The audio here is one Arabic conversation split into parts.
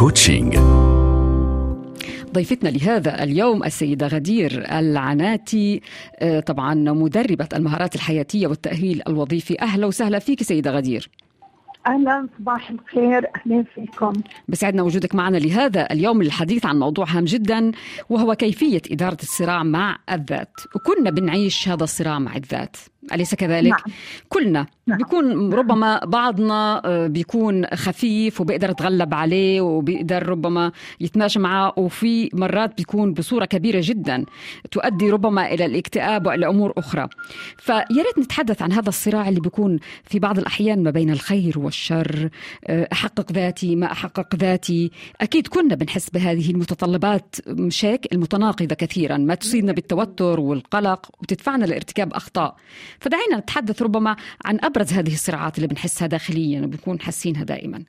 كوتشينج. ضيفتنا لهذا اليوم السيدة غدير العناتي، طبعا مدربة المهارات الحياتية والتأهيل الوظيفي. أهلا وسهلا فيك سيدة غدير. أهلا، صباح الخير، أهلا فيكم. بسعدنا وجودك معنا لهذا اليوم للحديث عن موضوع هام جدا، وهو كيفية إدارة الصراع مع الذات. وكنا بنعيش هذا الصراع مع الذات، أليس كذلك؟ نعم. كلنا بيكون ربما بعضنا بيكون خفيف وبيقدر يتغلب عليه وبيقدر ربما يتماشى معه، وفي مرات بيكون بصورة كبيرة جدا تؤدي ربما إلى الاكتئاب وإلى أمور أخرى. فياريت نتحدث عن هذا الصراع اللي بيكون في بعض الأحيان ما بين الخير والشر، أحقق ذاتي ما أحقق ذاتي. أكيد كنا بنحس بهذه المتطلبات مشاك المتناقضة كثيرا، ما تصيبنا بالتوتر والقلق وتدفعنا لارتكاب أخطاء. فدعينا نتحدث ربما عن أبرز هذه الصراعات اللي بنحسها داخليا وبنكون حاسينها دائما.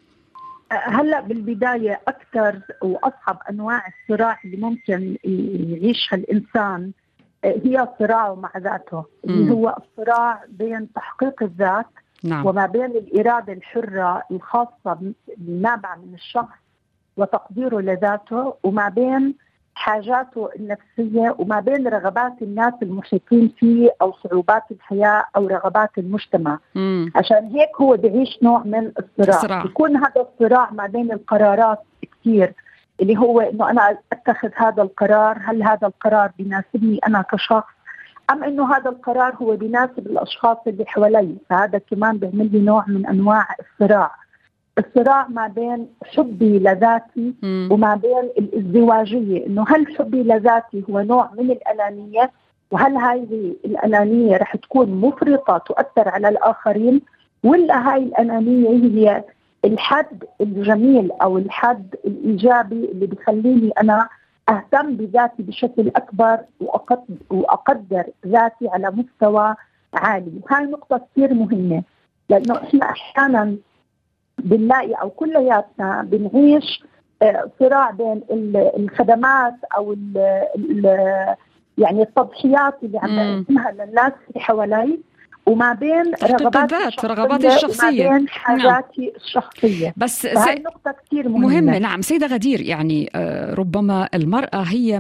هلأ بالبداية أكثر وأصعب أنواع الصراع اللي ممكن يعيشها الإنسان هي صراعه مع ذاته، اللي هو الصراع بين تحقيق الذات، نعم. وما بين الإرادة الحرة الخاصة النابعة من الشخص وتقديره لذاته، وما بين حاجاته النفسية، وما بين رغبات الناس المحيطين فيه أو صعوبات الحياة أو رغبات المجتمع. عشان هيك هو بيعيش نوع من الصراع. يكون هذا الصراع ما بين القرارات كتير، اللي هو إنه أنا أتخذ هذا القرار، هل هذا القرار بيناسبني أنا كشخص، أم إنه هذا القرار هو بيناسب الأشخاص اللي حوالي. فهذا كمان بيعمل لي نوع من أنواع الصراع ما بين حبي لذاتي وما بين الازدواجية، إنه هل حبي لذاتي هو نوع من الأنانية، وهل هذه الأنانية رح تكون مفرطة تؤثر على الآخرين، ولا هاي الأنانية هي الحد الجميل أو الحد الإيجابي اللي بيخليني أنا أهتم بذاتي بشكل أكبر وأقدر ذاتي على مستوى عالي. هاي نقطة كثير مهمة، لأنه إحنا أحيانا بنلاقي أو كلياتنا بنعيش صراع بين الخدمات أو يعني التضحيات اللي عم بقدمها للناس اللي حوالي، وما بين رغباتي الشخصية وما بين حاجاتي الشخصية. بس هاي نقطة كتير مهمة. نعم سيدة غدير، يعني ربما المرأة هي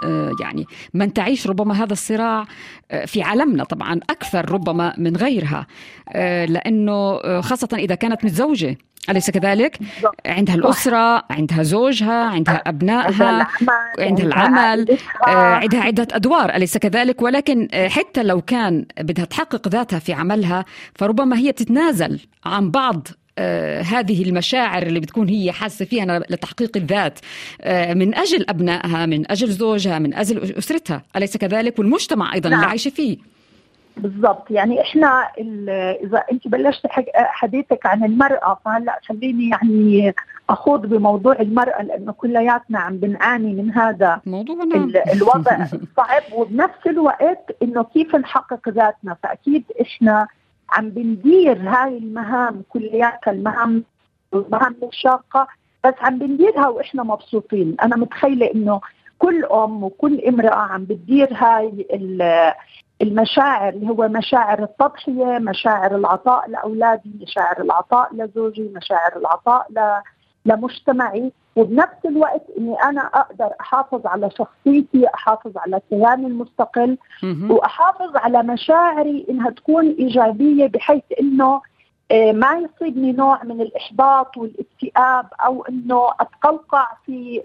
من تعيش ربما هذا الصراع في عالمنا طبعا أكثر ربما من غيرها، لأنه خاصة إذا كانت متزوجة، أليس كذلك؟ عندها الأسرة، عندها زوجها، عندها أبنائها، عندها العمل، عندها عدة أدوار، أليس كذلك؟ ولكن حتى لو كان بدها تحقق ذاتها في عملها، فربما هي بتتنازل عن بعض هذه المشاعر اللي بتكون هي حاسة فيها لتحقيق الذات، من أجل أبنائها، من أجل زوجها، من أجل أسرتها، أليس كذلك؟ والمجتمع أيضا اللي عايشة فيه. بالضبط. يعني إحنا إذا أنت بلشت حديثك عن المرأة، فهلأ خليني يعني أخوض بموضوع المرأة، لأنه كلياتنا عم بنعاني من هذا الوضع الصعب، وبنفس الوقت إنه كيف نحقق ذاتنا. فأكيد إحنا عم بندير هاي المهام كلياتها، المهام الشاقة، بس عم بنديرها وإحنا مبسوطين. أنا متخيلة إنه كل أم وكل امرأة عم بتدير هاي المشاعر، اللي هو مشاعر التضحية، مشاعر العطاء لأولادي، مشاعر العطاء لزوجي، مشاعر العطاء لمجتمعي، وبنفس الوقت إني أنا أقدر أحافظ على شخصيتي، أحافظ على كياني المستقل، وأحافظ على مشاعري إنها تكون إيجابية، بحيث إنه ما يصيبني نوع من الإحباط والاكتئاب، أو إنه أتقلقع في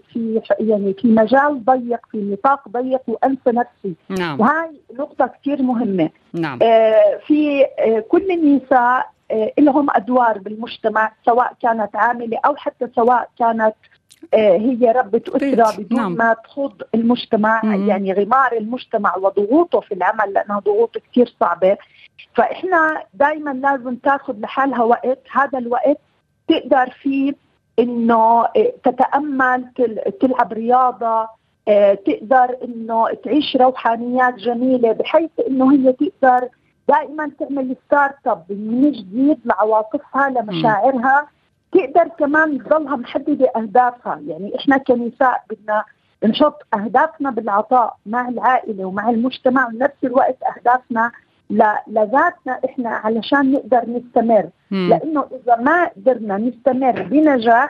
مجال ضيق، في نطاق ضيق، وأنسى نفسي. نعم. وهاي نقطة كتير مهمة. نعم. في كل النساء لهم أدوار بالمجتمع، سواء كانت عاملة أو حتى سواء كانت هي ربة أسرة، بدون نعم. ما تخوض المجتمع، يعني غمار المجتمع وضغوطه في العمل، لأنها ضغوط كتير صعبة. فإحنا دايما لازم تاخد لحالها وقت، هذا الوقت تقدر فيه إنه تتأمل، تلعب رياضة، تقدر إنه تعيش روحانيات جميلة، بحيث إنه هي تقدر دائما تعمل ستارت اب من جديد لعواطفها، لمشاعرها. تقدر كمان تضلها محددة أهدافها. يعني إحنا كنساء بدنا نحط أهدافنا بالعطاء مع العائلة ومع المجتمع، ونفس الوقت أهدافنا لذاتنا إحنا علشان نقدر نستمر. لأنه إذا ما قدرنا نستمر بنجاح،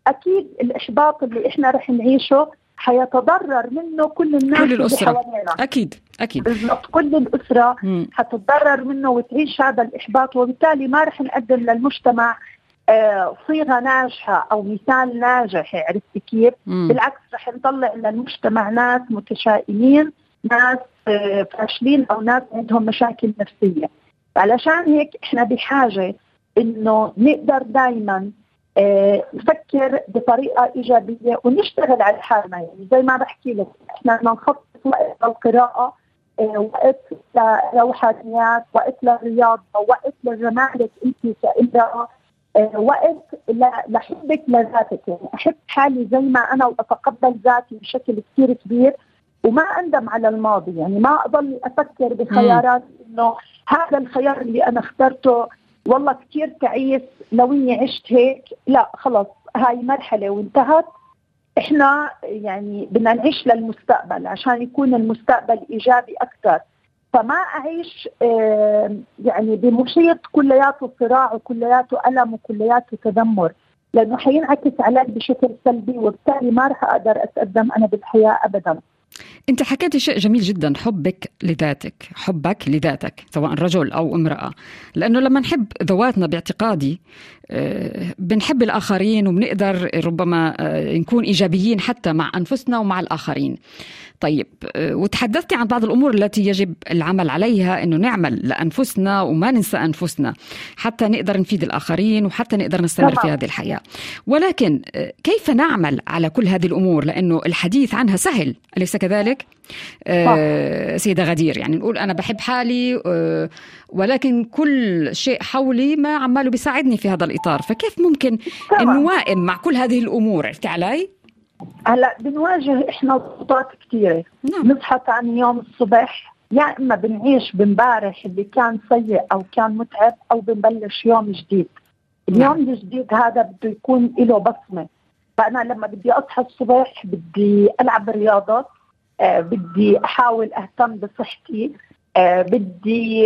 اكيد الاحباط اللي احنا رح نعيشه حيتضرر منه كل الناس، كل الأسرة اللي حوالينا. اكيد بالضبط، كل الاسره حتتضرر منه وتعيش هذا الاحباط، وبالتالي ما رح نقدم للمجتمع صيغه ناجحه او مثال ناجح. عرفتي كيف؟ بالعكس رح نطلع للمجتمع ناس متشائمين، ناس فاشلين، او ناس عندهم مشاكل نفسيه. علشان هيك احنا بحاجه انه نقدر دائما نفكر بطريقه ايجابيه ونشتغل على حالنا. يعني زي ما بحكي لك، احنا بدنا نخصص وقت للقراءه، وقت لروحانيات، وقت للرياضه، وقت لجمالك انت كامراه، وقت لحبك لذاتك. يعني احب حالي زي ما انا واتقبل ذاتي بشكل كثير كبير، وما اندم على الماضي. يعني ما اضل افكر بخيارات انه هذا الخيار اللي انا اخترته والله كثير تعيس لو اني عشت هيك. لا خلص، هاي مرحله وانتهت. احنا يعني بدنا نعيش للمستقبل عشان يكون المستقبل ايجابي اكثر. فما اعيش يعني بمحيط كلياته صراع وكلياته الم وكلياته تذمر، لانه حينعكس علي بشكل سلبي، وبالتالي ما راح اقدر اتقدم انا بالحياه ابدا. أنت حكيتي شيء جميل جدا، حبك لذاتك سواء رجل أو امرأة، لأنه لما نحب ذواتنا باعتقادي بنحب الآخرين، وبنقدر ربما نكون إيجابيين حتى مع أنفسنا ومع الآخرين. طيب، وتحدثتي عن بعض الأمور التي يجب العمل عليها، إنه نعمل لأنفسنا وما ننسى أنفسنا حتى نقدر نفيد الآخرين وحتى نقدر نستمر في هذه الحياة. ولكن كيف نعمل على كل هذه الأمور؟ لأنه الحديث عنها سهل، أليس كذلك سيدة غدير؟ يعني نقول أنا بحب حالي، ولكن كل شيء حولي ما عماله بيساعدني في هذا الإطار. فكيف ممكن نوائم مع كل هذه الأمور؟ عرفتي علي؟ هلا بنواجه احنا ضغوطات كثيره. نصحى ثاني يوم الصبح، يا اما بنعيش بمبارح اللي كان سيء او كان متعب، او بنبلش يوم جديد. اليوم الجديد هذا بده يكون له بصمه. فانا لما بدي اصحى الصبح بدي العب رياضه، بدي احاول اهتم بصحتي، بدي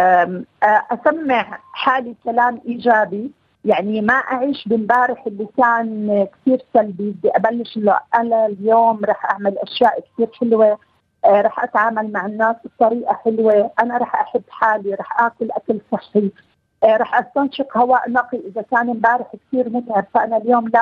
اسمع حالي كلام ايجابي. يعني ما أعيش بمبارح اللي كان كثير سلبي. بدي أبلش له أنا اليوم رح أعمل أشياء كثير حلوة، رح أتعامل مع الناس بطريقة حلوة، أنا رح أحب حالي، رح أكل أكل صحي، رح أستنشق هواء نقي. إذا كان مبارح كثير متعب فأنا اليوم لا،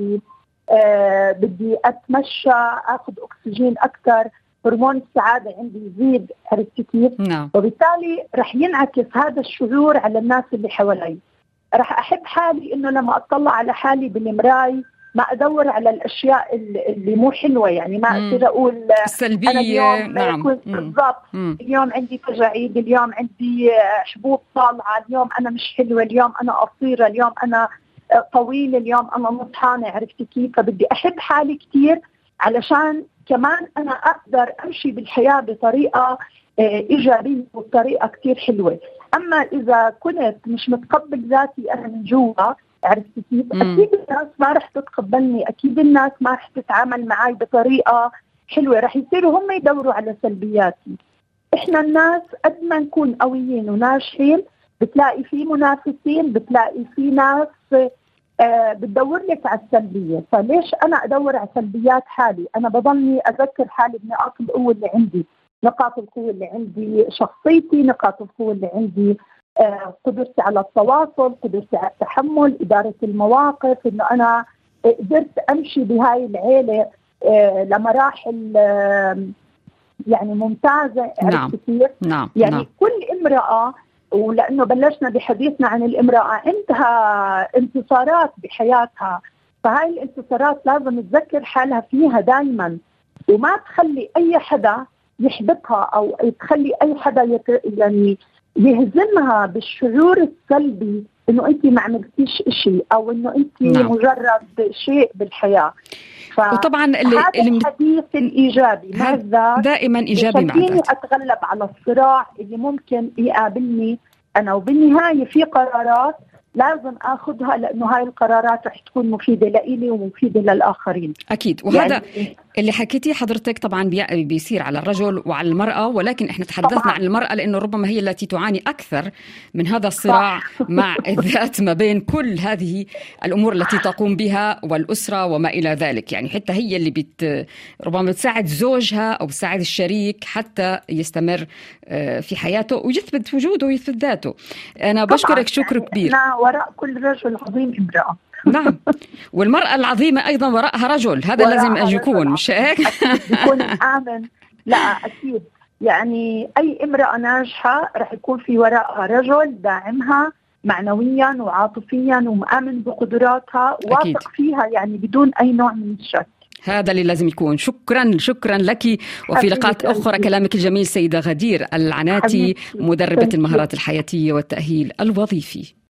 بدي أتمشى، أخذ أكسجين أكثر، هرمون السعادة عندي يزيد. عرفتي كيف؟ وبالتالي رح ينعكس هذا الشعور على الناس اللي حوالي. رح أحب حالي إنه لما أطلع على حالي بالمراي ما أدور على الأشياء اللي مو حلوة. يعني ما أصير أقول السلبية. أنا اليوم بالضبط، اليوم عندي تجاعيد، اليوم عندي حبوب طالعة، اليوم أنا مش حلوة، اليوم أنا قصيرة، اليوم أنا طويلة، اليوم أنا نطحانة. عرفتي كيف؟ فبدي أحب حالي كتير علشان كمان أنا أقدر أمشي بالحياة بطريقة إيجابية وبطريقة كتير حلوة. أما إذا كنت مش متقبل ذاتي أنا من جوا، عرفتي كيف؟ أكيد الناس ما رح تتقبلني، أكيد الناس ما رح تتعامل معي بطريقة حلوة، رح يصيروا هم يدوروا على سلبياتي. إحنا الناس قد ما نكون قويين وناجحين بتلاقي في منافسين، بتلاقي في ناس بتدور لك على السلبية. فليش أنا أدور على سلبيات حالي؟ أنا بضلني أذكر حالي بنقاط القوة اللي عندي. نقاط القوة اللي عندي شخصيتي، نقاط القوة اللي عندي قدرتي على التواصل، قدرتي على التحمل، إدارة المواقف، إنه أنا قدرت أمشي بهاي العيلة لمراحل يعني ممتازة. عرفت كيف؟ يعني كل امرأة، ولأنه بلشنا بحديثنا عن الامرأة، عندها انتصارات بحياتها، فهاي الانتصارات لازم تذكر حالها فيها دايما، وما تخلي أي حدا يحبطها أو تخلي أي حدا يعني يهزمها بالشعور السلبي إنه أنت ما عملتيش إشي، أو إنه أنت مجرد شيء بالحياة. وطبعا الحديث الإيجابي مع الذات دائما إيجابي مع الذات، أتغلب على الصراع اللي ممكن يقابلني أنا. وبالنهاية في قرارات لازم أخذها، لأنه هاي القرارات رح تكون مفيدة لإلي ومفيدة للآخرين. أكيد. وهذا اللي حكيتيه حضرتك طبعا بيصير على الرجل وعلى المرأة، ولكن احنا تحدثنا طبعاً. عن المرأة لأنه ربما هي التي تعاني أكثر من هذا الصراع مع الذات ما بين كل هذه الأمور التي تقوم بها والأسرة وما إلى ذلك. يعني حتى هي اللي ربما بتساعد زوجها أو بتساعد الشريك حتى يستمر في حياته ويثبت وجوده ويثبت ذاته. أنا بشكرك شكر كبير. وراء كل رجل عظيم امرأة. نعم، والمرأة العظيمة أيضا وراءها رجل، هذا لازم أن يكون، مش هيك؟ يكون آمن. لا أكيد، يعني أي امرأة ناجحة رح يكون في وراءها رجل داعمها معنويا وعاطفيا ومآمن بقدراتها واثق فيها، يعني بدون أي نوع من الشك. هذا اللي لازم يكون. شكرا لك، وفي لقاءات أخرى. كلامك الجميل سيدة غدير العناتي، مدربة المهارات الحياتية والتأهيل الوظيفي.